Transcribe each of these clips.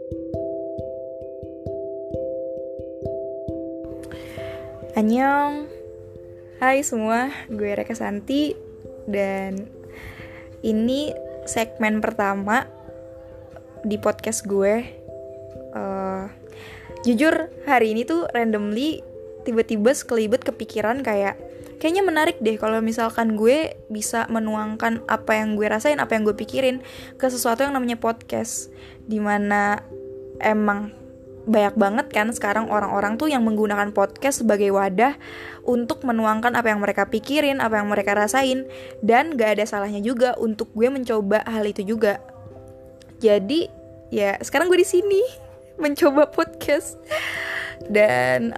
Annyeong. Hai semua, gue Reka Santi. Dan ini segmen pertama di podcast gue. Jujur hari ini tuh randomly tiba-tiba sekelibet kepikiran kayaknya menarik deh kalau misalkan gue bisa menuangkan apa yang gue rasain, apa yang gue pikirin ke sesuatu yang namanya podcast. Dimana emang banyak banget kan sekarang orang-orang tuh yang menggunakan podcast sebagai wadah untuk menuangkan apa yang mereka pikirin, apa yang mereka rasain. Dan gak ada salahnya juga untuk gue mencoba hal itu juga. Jadi ya sekarang gue di sini mencoba podcast. Dan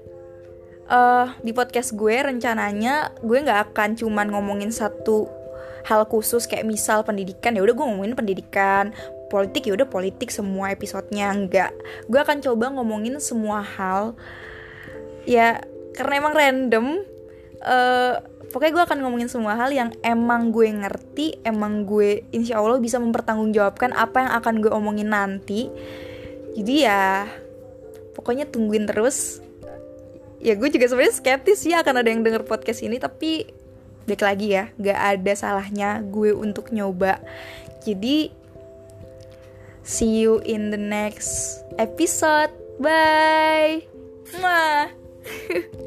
di podcast gue rencananya gue gak akan cuman ngomongin satu hal khusus kayak misal pendidikan, ya udah gue ngomongin pendidikan. Politik, ya udah politik semua episodenya. Enggak, gue akan coba ngomongin semua hal ya karena emang random. Pokoknya gue akan ngomongin semua hal yang emang gue ngerti, emang gue insya Allah bisa mempertanggungjawabkan apa yang akan gue omongin nanti. Jadi ya pokoknya tungguin terus. Ya gue juga sebenarnya skeptis sih akan ada yang denger podcast ini, tapi balik lagi ya, gak ada salahnya gue untuk nyoba. Jadi see you in the next episode. Bye. Mwah.